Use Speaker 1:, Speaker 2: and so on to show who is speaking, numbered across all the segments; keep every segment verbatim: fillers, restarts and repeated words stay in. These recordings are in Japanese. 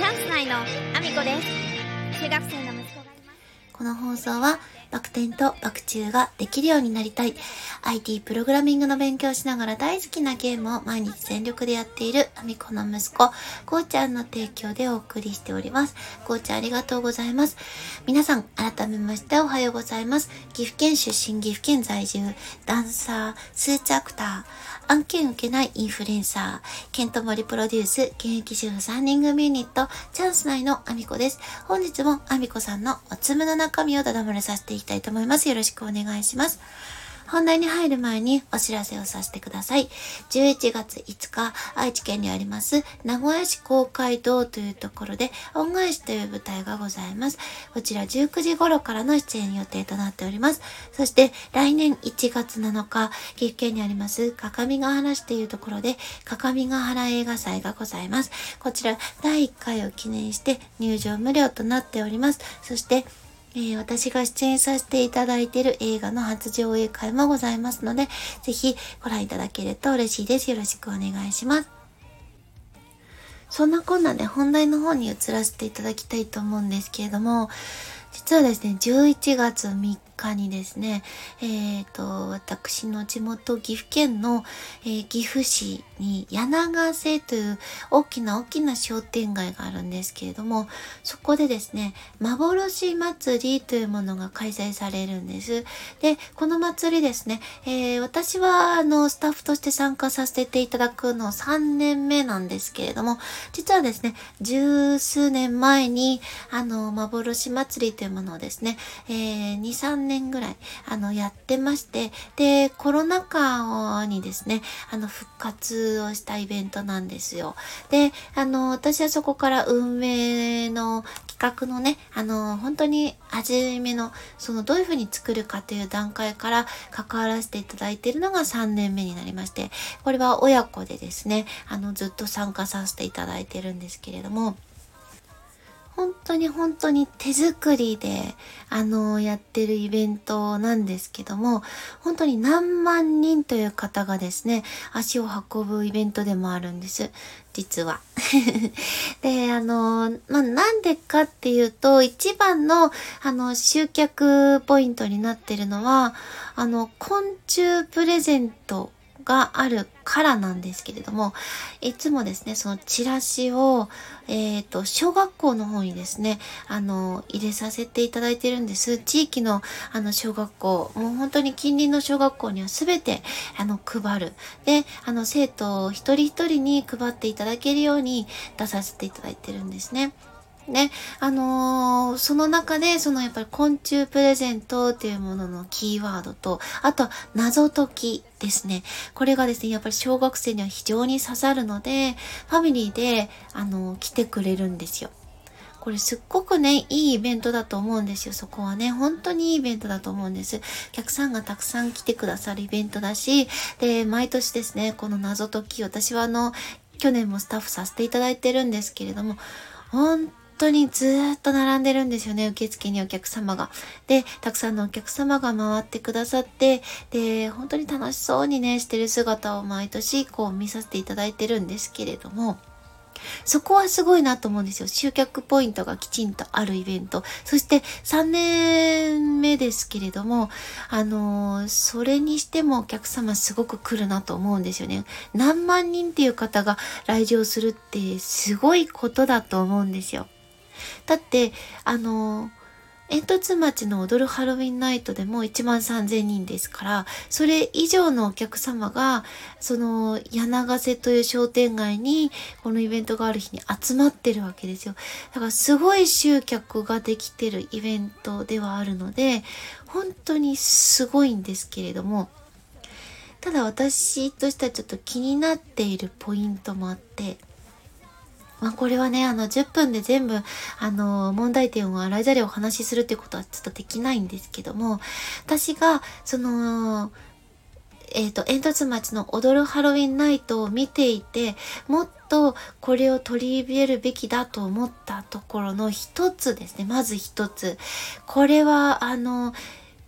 Speaker 1: チャンス内のアミコです。中学生の息子がいます。
Speaker 2: この放送はバク転とバク宙ができるようになりたい アイティー プログラミングの勉強をしながら大好きなゲームを毎日全力でやっているアミコの息子こうちゃんの提供でお送りしております。こうちゃんありがとうございます。皆さん改めましておはようございます。岐阜県出身、岐阜県在住、ダンサー、スーツアクター、案件受けないインフルエンサー、ケントモリプロデュース、現役主婦さんにん組ユニット、チャンス内のアミコです。本日もアミコさんのおつむの中身をだだ漏れさせていきたいと思います。よろしくお願いします。本題に入る前にお知らせをさせてください。じゅういちがついつか、愛知県にあります名古屋市公会堂というところで恩返しという舞台がございます。こちらじゅうくじ頃からの出演予定となっております。そして来年いちがつなのか、岐阜県にあります各務原市というところで各務原映画祭がございます。こちらだいいっかいを記念して入場無料となっております。そしてえー、私が出演させていただいている映画の初上映会もございますので、ぜひご覧いただけると嬉しいです。よろしくお願いします。そんなこんなで本題の方に移らせていただきたいと思うんですけれども、実はですね、じゅういちがつみっかにですね、えっと、私の地元岐阜県の、えー、岐阜市に柳瀬という大きな大きな商店街があるんですけれども、そこでですね、幻祭りというものが開催されるんです。で、この祭りですね、えー、私はあのスタッフとして参加させていただくのさんねんめなんですけれども、実はですね、十数年前にあの幻祭りというものをですね、えー、に、さんねんぐらいあのやってまして、でコロナ禍にですねあの復活をしたイベントなんですよ。であの私はそこから運営の企画のねあの本当に初めのそのどういう風に作るかという段階から関わらせていただいているのがさんねんめになりまして、これは親子でですねあのずっと参加させていただいているんですけれども、本当に本当に手作りであのやってるイベントなんですけども、本当に何万人という方がですね足を運ぶイベントでもあるんです実はであの、まあ、なんでかっていうと、一番のあの集客ポイントになってるのはあの昆虫プレゼントがあるからなんですけれども、いつもですねそのチラシをえっと小学校の方にですねあの入れさせていただいてるんです。地域のあの小学校、もう本当に近隣の小学校にはすべてあの配る。であの生徒一人一人に配っていただけるように出させていただいてるんですね。ね、あのー、その中でそのやっぱり昆虫プレゼントっていうもののキーワードと、あとは謎解きですね。これがですねやっぱり小学生には非常に刺さるので、ファミリーであのー、来てくれるんですよ。これすっごくねいいイベントだと思うんですよ。そこはね本当にいいイベントだと思うんです。お客さんがたくさん来てくださるイベントだし、で毎年ですねこの謎解き、私はあの去年もスタッフさせていただいてるんですけれども、本当にずーっと並んでるんですよね、受付にお客様が。でたくさんのお客様が回ってくださって、で本当に楽しそうにねしてる姿を毎年こう見させていただいてるんですけれども、そこはすごいなと思うんですよ。集客ポイントがきちんとあるイベント。そしてさんねんめですけれども、あのー、それにしてもお客様すごく来るなと思うんですよね。何万人っていう方が来場するってすごいことだと思うんですよ。だって、あのー、煙突町の踊るハロウィンナイトでもいちまんさんぜんにんですから、それ以上のお客様がその柳瀬という商店街にこのイベントがある日に集まってるわけですよ。だからすごい集客ができてるイベントではあるので、本当にすごいんですけれども、ただ私としてはちょっと気になっているポイントもあって、まあこれはね、あのじゅっぷんで全部あの問題点を洗いざらいお話しするっていうことはちょっとできないんですけども、私がそのえっと煙突町の踊るハロウィンナイトを見ていて、もっとこれを取り入れるべきだと思ったところの一つですね。まず一つ、これはあの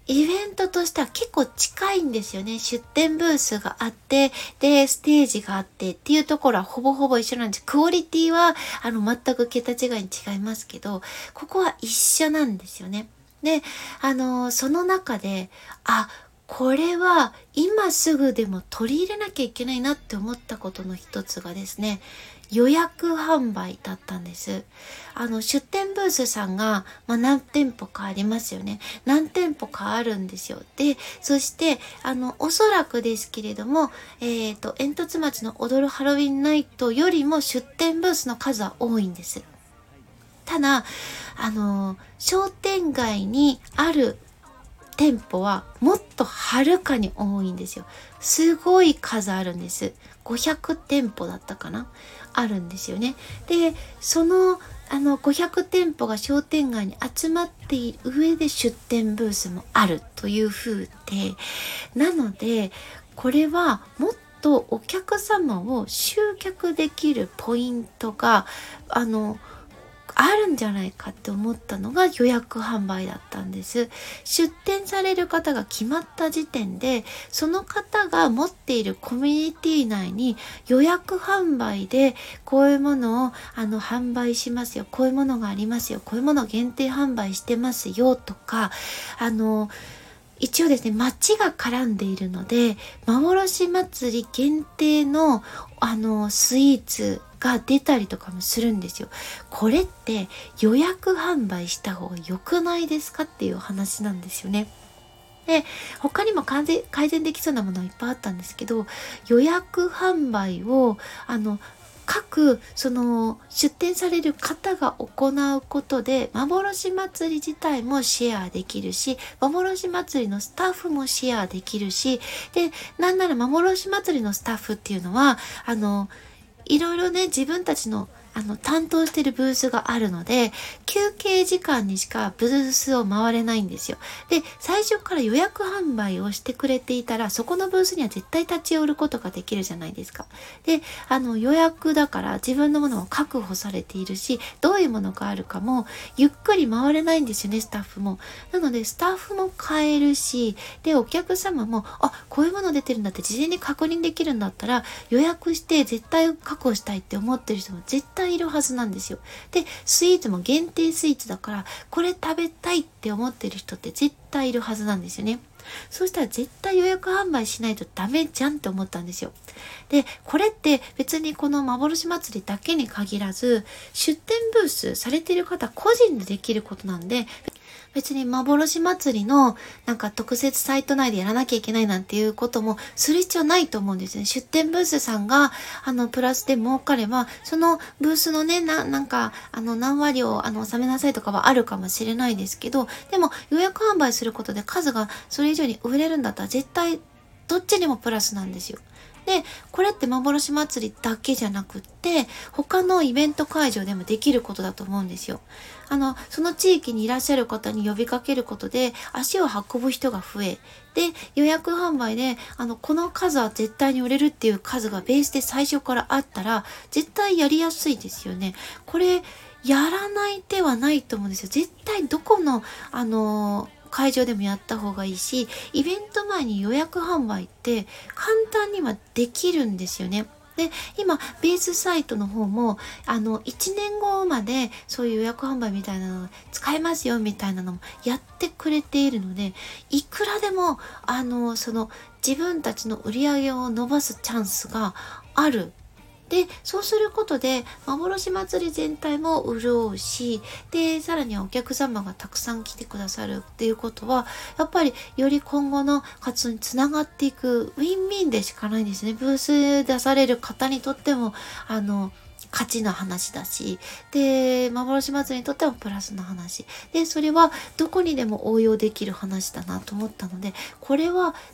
Speaker 2: イベントとしては結構近いんですよね。出店ブースがあって、で、ステージがあってっていうところはほぼほぼ一緒なんです。クオリティは、あの、全く桁違いに違いますけど、ここは一緒なんですよね。で、あの、その中で、あ、これは今すぐでも取り入れなきゃいけないなって思ったことの一つがですね、予約販売だったんです。あの、出店ブースさんが、まあ、何店舗かありますよね。何店舗かあるんですよ。で、そして、あの、おそらくですけれども、えっと、煙突町の踊るハロウィンナイトよりも出店ブースの数は多いんです。ただ、あの、商店街にある店舗はもっとはるかに多いんですよ。すごい数あるんです。ごひゃく店舗だったかな、あるんですよね。で、そのあのごひゃく店舗が商店街に集まっている上で出店ブースもあるという風で、なのでこれはもっとお客様を集客できるポイントがあのあるんじゃないかって思ったのが予約販売だったんです。出店される方が決まった時点で、その方が持っているコミュニティ内に予約販売でこういうものをあの販売しますよ、こういうものがありますよ、こういうものを限定販売してますよとか、あの一応ですね、街が絡んでいるので、幻祭り限定のあのスイーツが出たりとかもするんですよ。これって予約販売した方が良くないですかっていう話なんですよね。で、他にも改善、改善できそうなものはいっぱいあったんですけど、予約販売をあの各その出店される方が行うことで幻祭り自体もシェアできるし、幻祭りのスタッフもシェアできるし、で、なんなら幻祭りのスタッフっていうのはあのいろいろね、自分たちのあの担当しているブースがあるので、休憩時間にしかブースを回れないんですよ。で、最初から予約販売をしてくれていたら、そこのブースには絶対立ち寄ることができるじゃないですか。で、あの予約だから自分のものを確保されているし、どういうものがあるかもゆっくり回れないんですよね、スタッフも。なのでスタッフも買えるし、で、お客様も、あ、こういうもの出てるんだって事前に確認できるんだったら、予約して絶対確保したいって思ってる人も絶対いるはずなんですよ。で、スイーツも限定スイーツだから、これ食べたいって思ってる人って絶対いるはずなんですよね。そうしたら絶対予約販売しないとダメじゃんって思ったんですよ。で、これって別にこの幻祭りだけに限らず、出店ブースされている方個人でできることなんで、別に幻祭りのなんか特設サイト内でやらなきゃいけないなんていうこともする必要ないと思うんですね。出店ブースさんがあのプラスで儲かれば、そのブースのね、な、なんかあの何割をあの納めなさいとかはあるかもしれないですけど、でも予約販売することで数がそれ以上に売れるんだったら絶対どっちにもプラスなんですよ。で、これって幻祭りだけじゃなくって、他のイベント会場でもできることだと思うんですよ。あの、その地域にいらっしゃる方に呼びかけることで、足を運ぶ人が増え、で、予約販売で、あの、この数は絶対に売れるっていう数がベースで最初からあったら、絶対やりやすいですよね。これ、やらない手はないと思うんですよ。絶対どこの、あのー、会場でもやった方がいいし、イベント前に予約販売って簡単にはできるんですよね。で、今、ベースサイトの方も、あの、いちねんごまでそういう予約販売みたいなの使えますよみたいなのもやってくれているので、いくらでも、あの、その、自分たちの売り上げを伸ばすチャンスがある。で、そうすることで、幻祭り全体も潤うし、で、さらにはお客様がたくさん来てくださるっていうことは、やっぱりより今後の活動につながっていくウィンウィンでしかないんですね。ブース出される方にとっても、あの、価値の話だし、で、幻祭りにとってはプラスの話。で、それはどこにでも応用できる話だなと思ったので、これは絶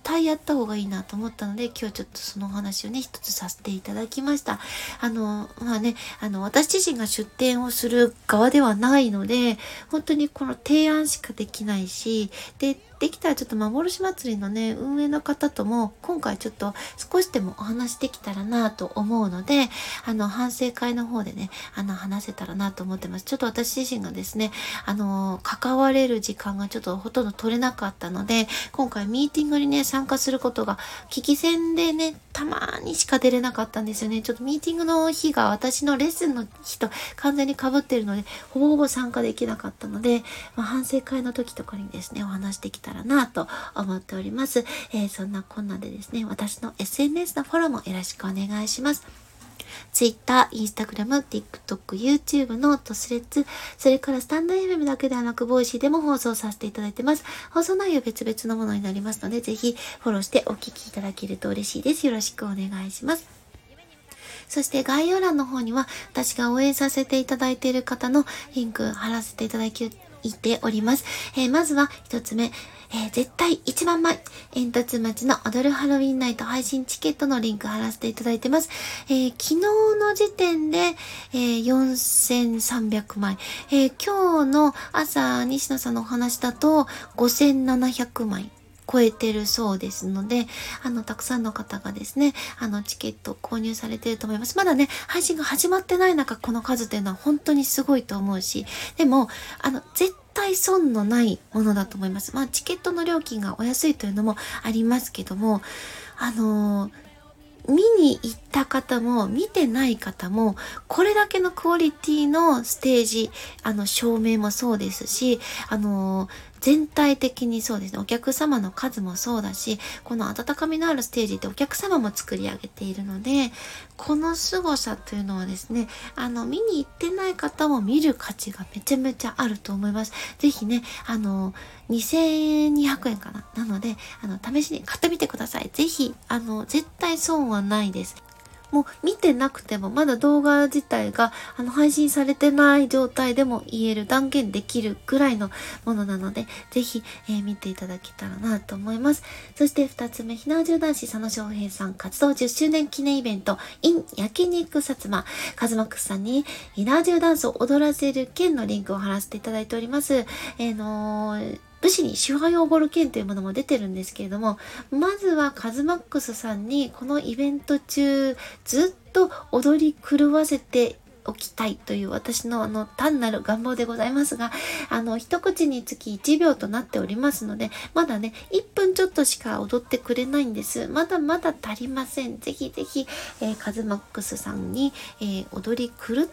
Speaker 2: 対やった方がいいなと思ったので、今日ちょっとそのお話をね、一つさせていただきました。あの、まあね、あの、私自身が出店をする側ではないので、本当にこの提案しかできないし、で、できたらちょっと幻祭りのね、運営の方とも今回ちょっと少しでもお話できたらなと思うので、あの、反省会の方でね、あの、話せたらなと思ってます。ちょっと私自身がですね、あの、関われる時間がちょっとほとんど取れなかったので、今回ミーティングにね、参加することが、聞き戦でね、たまにしか出れなかったんですよね。ちょっとミーティングの日が私のレッスンの日と完全に被っているので、ほぼほぼ参加できなかったので、まあ、反省会の時とかにですね、お話できたらなと思っております。えー、そんなこんなでですね、私の エスエヌエス のフォローもよろしくお願いします。Twitter、Instagram、TikTok、YouTube ノート、スレッズ、それからスタンド エフエム だけではなく、ボイシーでも放送させていただいてます。放送内容別々のものになりますので、ぜひフォローしてお聞きいただけると嬉しいです。よろしくお願いします。そして概要欄の方には、私が応援させていただいている方のリンク貼らせていただいております。えー、まずは一つ目。えー、絶対一番前、煙突町の踊るハロウィンナイト配信チケットのリンク貼らせていただいてます。えー、昨日の時点で、えー、よんせんさんびゃくまい、えー、今日の朝西野さんのお話だとごせんななひゃくまい超えてるそうですので、あの、たくさんの方がですね、あの、チケット購入されていると思います。まだね、配信が始まってない中、この数というのは本当にすごいと思うし、でも、あの、絶対損のないものだと思います。まあ、チケットの料金がお安いというのもありますけども、あのー、見に行った方も見てない方もこれだけのクオリティのステージ、あの照明もそうですし、あの全体的にそうですね、お客様の数もそうだし、この温かみのあるステージってお客様も作り上げているので、この凄さというのはですね、あの見に行ってない方も見る価値がめちゃめちゃあると思います。ぜひね、あのにせんにひゃくえんかな、なのであの試しに買ってみてください。ぜひあの絶対損はないです。もう見てなくてもまだ動画自体があの配信されてない状態でも言える、断言できるぐらいのものなので、ぜひ、えー、見ていただけたらなと思います。そして二つ目、ひなわじゅう男子佐野翔平さん活動じゅっしゅうねん記念イベント in 焼肉薩摩、カズマックスさんにひなわじゅうダンスを踊らせる件のリンクを貼らせていただいております。えー、のー武士に手話用ボール券というものも出てるんですけれども、まずはカズマックスさんにこのイベント中ずっと踊り狂わせておきたいという私のあの単なる願望でございますが、あの一口につきいちびょうとなっておりますので、まだねいっぷんちょっとしか踊ってくれないんです。まだまだ足りません。ぜひぜひ、えー、カズマックスさんに、えー、踊り狂って、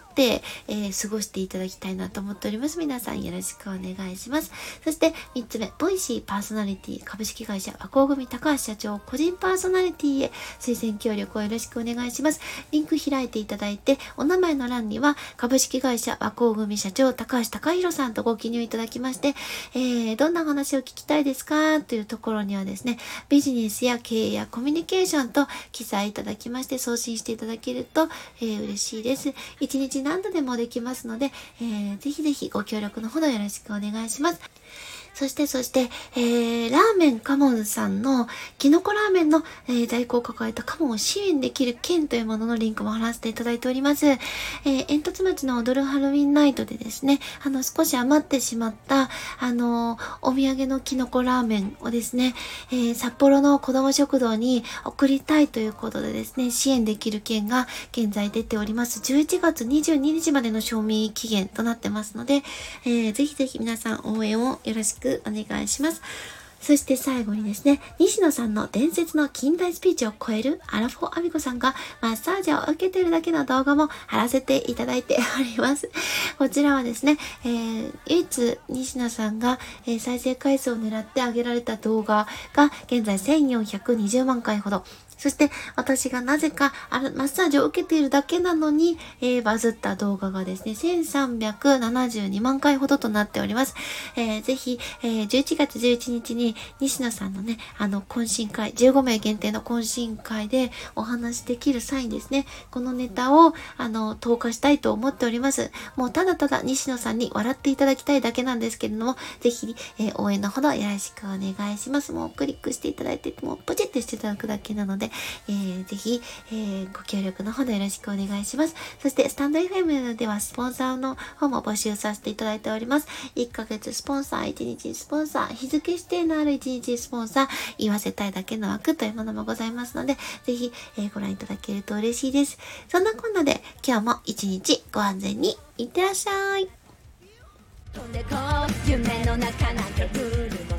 Speaker 2: えー、過ごしていただきたいなと思っております。皆さんよろしくお願いします。そしてみっつめ、ボイシーパーソナリティ株式会社和光組高橋社長個人パーソナリティへ推薦協力をよろしくお願いします。リンク開いていただいて、お名前の欄には株式会社和光組社長高橋貴弘さんとご記入いただきまして、えー、どんな話を聞きたいですかというところにはですね、ビジネスや経営やコミュニケーションと記載いただきまして送信していただけると、えー、嬉しいです。一日何度でもできますので、えー、ぜひぜひご協力のほどよろしくお願いします。そして、そして、えー、ラーメンカモンさんのキノコラーメンの、えー、在庫を抱えたカモンを支援できる券というもののリンクも貼らせていただいております。えー、煙突町の踊るハロウィンナイトでですね、あの、少し余ってしまった、あのー、お土産のキノコラーメンをですね、えー、札幌の子ども食堂に送りたいということでですね、支援できる券が現在出ております。じゅういちがつにじゅうににちまでの賞味期限となってますので、えー、ぜひぜひ皆さん応援をよろしくお願いします。そして最後にですね、西野さんの伝説の近代スピーチを超えるアラフォーアミコさんがマッサージを受けているだけの動画も貼らせていただいております。こちらはですね、えー、唯一西野さんが、えー、再生回数を狙って上げられた動画が現在せんよんひゃくにじゅうまんかいほど、 そして私がなぜかあのマッサージを受けているだけなのに、えー、バズった動画がですね、せんさんびゃくななじゅうにまんかいほどとなっております。えー、ぜひ、えー、じゅういちがつじゅういちにちに西野さんのね、あの懇親会、じゅうごめい限定の懇親会でお話できる際にですね、このネタをあの投下したいと思っております。もうただただ西野さんに笑っていただきたいだけなんですけれども、ぜひ、えー、応援のほどよろしくお願いします。もうクリックしていただいて、もうポチッとしていただくだけなので、えー、ぜひ、えー、ご協力のほどよろしくお願いします。そしてスタンド エフエム ではスポンサーの方も募集させていただいております。いっかげつスポンサー、いちにちスポンサー、日付指定のあるいちにちスポンサー、言わせたいだけの枠というものもございますので、ぜひ、えー、ご覧いただけると嬉しいです。そんなこんなで今日も一日ご安全にいってらっしゃい。
Speaker 1: 飛んでこう夢の中なんてブルー